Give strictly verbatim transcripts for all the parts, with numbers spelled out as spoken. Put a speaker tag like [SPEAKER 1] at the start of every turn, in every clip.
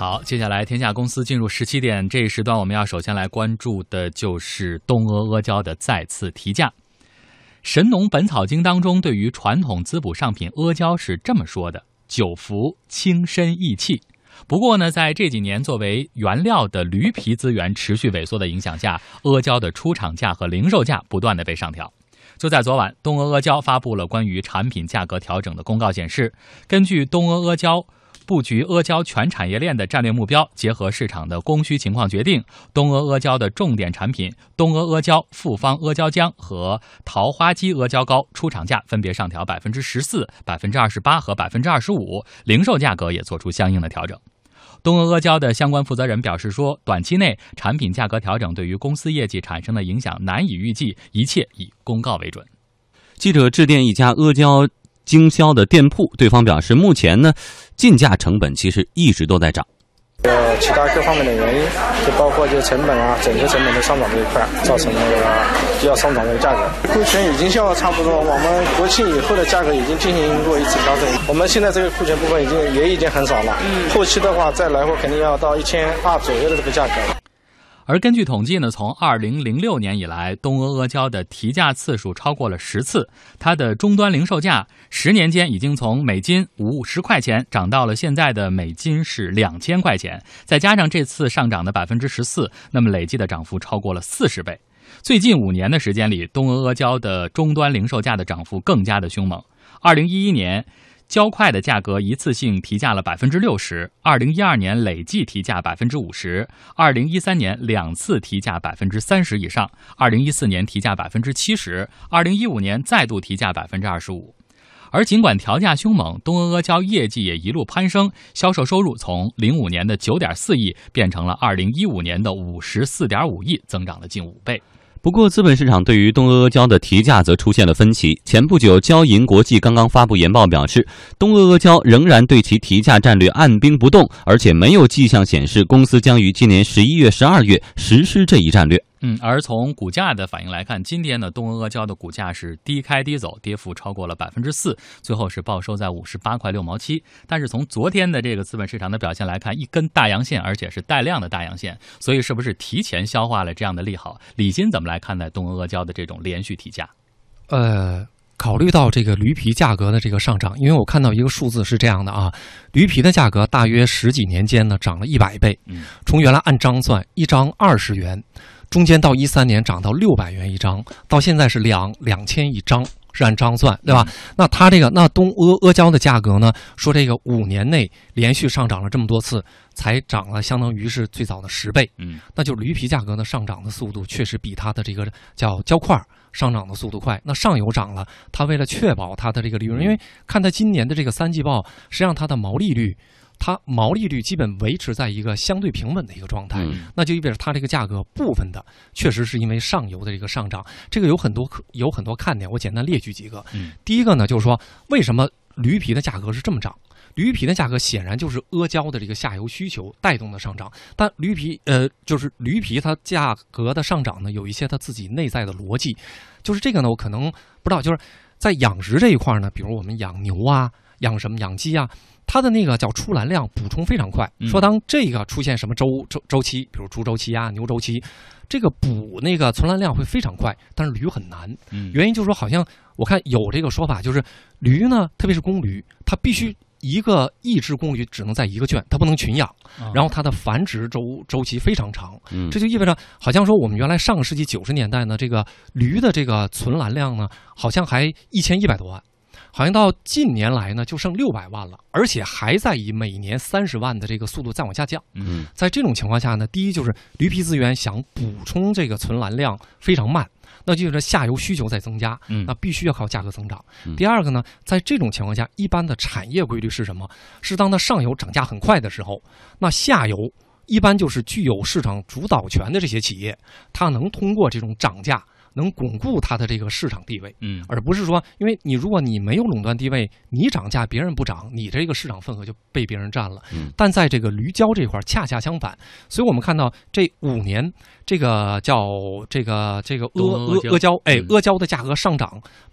[SPEAKER 1] 好，接下来天下公司进入十七点这一时段，我们要首先来关注的就是东阿阿胶的再次提价。《神农本草经》当中对于传统滋补上品阿胶是这么说的：久服轻身益气。不过呢，在这几年作为原料的驴皮资源持续萎缩的影响下，阿胶的出厂价和零售价不断的被上调。就在昨晚，东阿阿胶发布了关于产品价格调整的公告，显示，根据东阿阿胶布局阿胶全产业链的战略目标，结合市场的供需情况决定，东阿阿胶的重点产品东阿阿胶复方阿胶浆和桃花姬阿胶膏出厂价分别上调百分之十四、百分之二十八和百分之二十五，零售价格也做出相应的调整。东阿阿胶的相关负责人表示说，短期内产品价格调整对于公司业绩产生的影响难以预计，一切以公告为准。
[SPEAKER 2] 记者致电一家阿胶经销的店铺，对方表示，目前呢，进价成本其实一直都在涨。
[SPEAKER 3] 呃，其他各方面的原因，就包括就成本啊，整个成本的上涨这一块，造成那个比较上涨的价格。库存已经消化差不多，我们国庆以后的价格已经进行过一次调整。我们现在这个库存部分已经也已经很少了，嗯，后期的话再来货肯定要到一千二左右的这个价格。
[SPEAKER 1] 而根据统计呢，从二零零六年以来，东阿阿胶的提价次数超过了十次，它的终端零售价十年间已经从每斤五十块钱涨到了现在的每斤是两千块钱，再加上这次上涨的百分之十四，那么累计的涨幅超过了四十倍。最近五年的时间里，东阿阿胶的终端零售价的涨幅更加的凶猛。二零一一年。胶块的价格一次性提价了百分之六十，二零一二年累计提价百分之五十，二零一三年两次提价百分之三十以上，二零一四年提价百分之七十，二零一五年再度提价百分之二十五。而尽管调价凶猛，东阿阿胶业绩也一路攀升，销售收入从零五年的九点四亿变成了二零一五年的五十四点五亿，增长了近五倍。
[SPEAKER 2] 不过，资本市场对于东阿阿胶的提价则出现了分歧。前不久，交银国际刚刚发布研报表示，东阿阿胶仍然对其提价战略按兵不动，而且没有迹象显示公司将于今年十一月、十二月实施这一战略。
[SPEAKER 1] 嗯，而从股价的反应来看，今天呢，东阿阿胶的股价是低开低走，跌幅超过了百分之四，最后是报收在五十八块六毛七。但是从昨天的这个资本市场的表现来看，一根大阳线，而且是带量的大阳线，所以是不是提前消化了这样的利好？李欣怎么来看待东阿阿胶的这种连续提价？
[SPEAKER 4] 呃。考虑到这个驴皮价格的这个上涨，因为我看到一个数字是这样的啊，驴皮的价格大约十几年间呢涨了一百倍，从原来按张算一张二十元，中间到一三年涨到六百元一张，到现在是两两千一张，是按张算，对吧？嗯、那它这个那东阿阿胶的价格呢，说这个五年内连续上涨了这么多次，才涨了相当于是最早的十倍，嗯，那就驴皮价格呢上涨的速度确实比它的这个叫胶块上涨的速度快。那上游涨了，它为了确保它的这个利润，因为看它今年的这个三季报，实际上它的毛利率。它毛利率基本维持在一个相对平稳的一个状态，嗯、那就意味着它这个价格部分的确实是因为上游的这个上涨，这个有很多有很多看点，我简单列举几个。嗯、第一个呢，就是说为什么驴皮的价格是这么涨？驴皮的价格显然就是阿胶的这个下游需求带动的上涨，但驴皮呃，就是驴皮它价格的上涨呢，有一些它自己内在的逻辑，就是这个呢，我可能不知道，就是在养殖这一块呢，比如我们养牛啊。养什么养鸡啊，它的那个叫出栏量补充非常快。说当这个出现什么周周周期，比如猪周期啊、牛周期，这个补那个存栏量会非常快，但是驴很难。原因就是说，好像我看有这个说法，就是驴呢，特别是公驴，它必须一个抑制公驴只能在一个圈，它不能群养，然后它的繁殖周周期非常长。这就意味着，好像说我们原来上个世纪九十年代呢，这个驴的这个存栏量呢，好像还一千一百多万。好像到近年来呢，就剩六百万了，而且还在以每年三十万的这个速度再往下降。嗯，在这种情况下呢，第一就是驴皮资源想补充这个存栏量非常慢，那就是下游需求在增加，嗯，那必须要靠价格增长。嗯、第二个呢，在这种情况下，一般的产业规律是什么？是当它上游涨价很快的时候，那下游一般就是具有市场主导权的这些企业，它能通过这种涨价。能巩固它的这个市场地位，嗯，而不是说，因为你如果你没有垄断地位，你涨价别人不涨，你这个市场份额就被别人占了。嗯，但在这个驴胶这块恰恰相反，所以我们看到这五年这个叫这个这个阿阿阿胶，哎，阿胶的价格上涨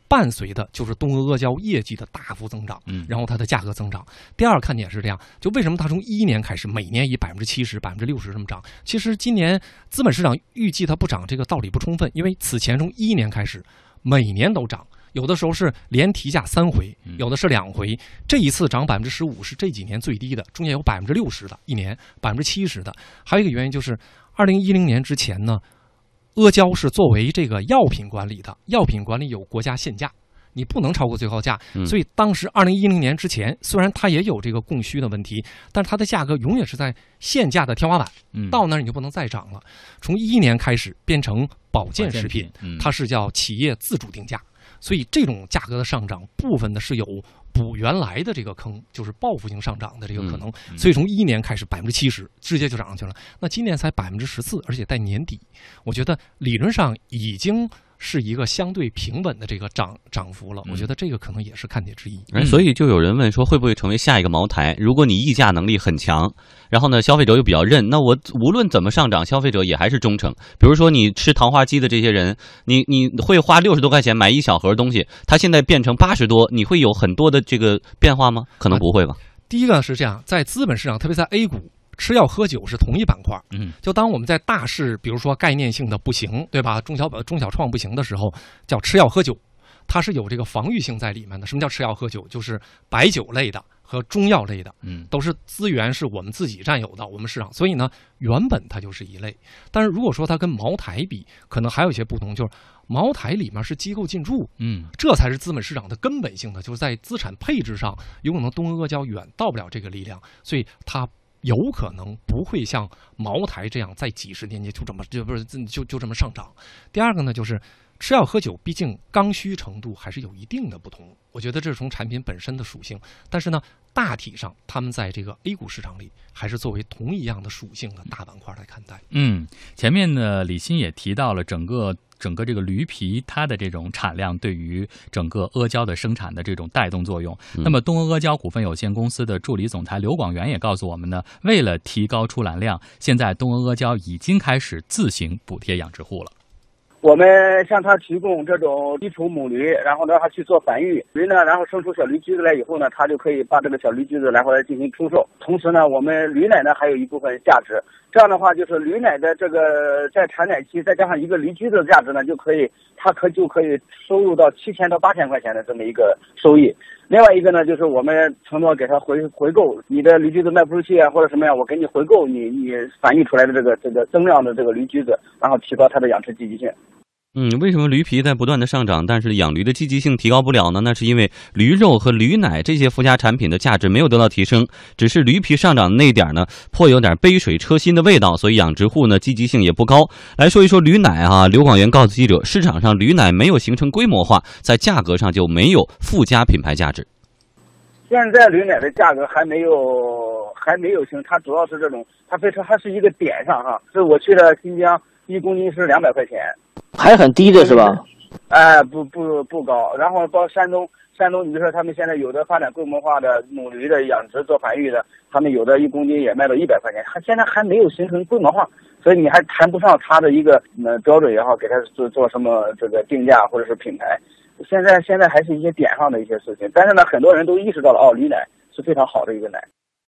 [SPEAKER 4] 伴随的就是东阿阿胶业绩的大幅增长，
[SPEAKER 1] 嗯，
[SPEAKER 4] 然后它的价格增长。第二个看点是这样，就为什么它从一一年开始每年以百分之七十、百分之六十这么涨？其实今年资本市场预计它不涨，这个道理不充分，因为此前从一一年开始每年都涨。有的时候是连提价三回，有的是两回。这一次涨百分之十五是这几年最低的，中间有百分之六十的，一年百分之七十的。还有一个原因就是，二零一零年之前呢，阿胶是作为这个药品管理的，药品管理有国家限价，你不能超过最高价。所以当时二零一零年之前，虽然它也有这个供需的问题，但是它的价格永远是在限价的天花板，到那儿你就不能再涨了。从一一年开始变成保健食品，它是叫企业自主定价。所以这种价格的上涨，部分的是有补原来的这个坑，就是报复性上涨的这个可能。
[SPEAKER 1] 嗯、
[SPEAKER 4] 所以从一一年开始百分之七十直接就涨上去了。那今年才百分之十四，而且在年底，我觉得理论上已经是一个相对平稳的这个涨涨幅了。我觉得这个可能也是看点之一。
[SPEAKER 2] 嗯、所以就有人问说，会不会成为下一个茅台？如果你议价能力很强，然后呢，消费者又比较认，那我无论怎么上涨，消费者也还是忠诚。比如说你吃糖花鸡的这些人，你你会花六十多块钱买一小盒东西，它现在变成八十多，你会有很多的这个变化吗？可能不会吧。啊、
[SPEAKER 4] 第一个是这样，在资本市场，特别在 A 股。吃药喝酒是同一板块，
[SPEAKER 1] 嗯，
[SPEAKER 4] 就当我们在大势，比如说概念性的不行，对吧？中小中小创不行的时候，叫吃药喝酒，它是有这个防御性在里面的。什么叫吃药喝酒？就是白酒类的和中药类的，
[SPEAKER 1] 嗯，
[SPEAKER 4] 都是资源是我们自己占有的，我们市场。所以呢，原本它就是一类。但是如果说它跟茅台比，可能还有一些不同，就是茅台里面是机构进驻，
[SPEAKER 1] 嗯，
[SPEAKER 4] 这才是资本市场的根本性的，就是在资产配置上，有可能东阿阿胶远到不了这个力量，所以它。有可能不会像茅台这样在几十年间就这么就不是就就这么上涨。第二个呢，就是吃药喝酒，毕竟刚需程度还是有一定的不同。我觉得这是从产品本身的属性，但是呢，大体上他们在这个 A 股市场里还是作为同一样的属性的大板块来看待。
[SPEAKER 1] 嗯，前面呢，李欣也提到了整个。整个这个驴皮它的这种产量对于整个阿胶的生产的这种带动作用。
[SPEAKER 2] 嗯、
[SPEAKER 1] 那么东阿阿胶股份有限公司的助理总裁刘广元也告诉我们呢，为了提高出栏量，现在东阿阿胶已经开始自行补贴养殖户了。
[SPEAKER 5] 我们向他提供这种基础母驴，然后让他去做繁育驴呢，然后生出小驴驹子来以后呢，他就可以把这个小驴驹子来回来进行出售。同时呢，我们驴奶呢还有一部分价值。这样的话，就是驴奶的这个在产奶期，再加上一个驴驹子的价值呢，就可以它可就可以收入到七千到八千块钱的这么一个收益。另外一个呢，就是我们承诺给他回回购你的驴驹子卖不出去啊，或者什么样，我给你回购你你繁育出来的这个这个增量的这个驴驹子，然后提高它的养殖积极性。
[SPEAKER 2] 嗯，为什么驴皮在不断的上涨，但是养驴的积极性提高不了呢？那是因为驴肉和驴奶这些附加产品的价值没有得到提升，只是驴皮上涨的那一点呢，颇有点杯水车薪的味道，所以养殖户呢积极性也不高。来说一说驴奶啊，刘广元告诉记者，市场上驴奶没有形成规模化，在价格上就没有附加品牌价值。
[SPEAKER 5] 现在驴奶的价格还没有还没有形，它主要是这种，它非常它是一个点上哈，是我去了新疆，一公斤是两百块钱。
[SPEAKER 6] 还很低的是吧？
[SPEAKER 5] 哎，不不不高。然后到山东，山东你比如说他们现在有的发展规模化的母驴的养殖做繁育的，他们有的一公斤也卖到一百块钱，还现在还没有形成规模化，所以你还谈不上它的一个呃标准也好，给它做做什么这个定价或者是品牌。现在现在还是一些点上的一些事情，但是呢，很多人都意识到了哦，驴奶是非常好的一个奶。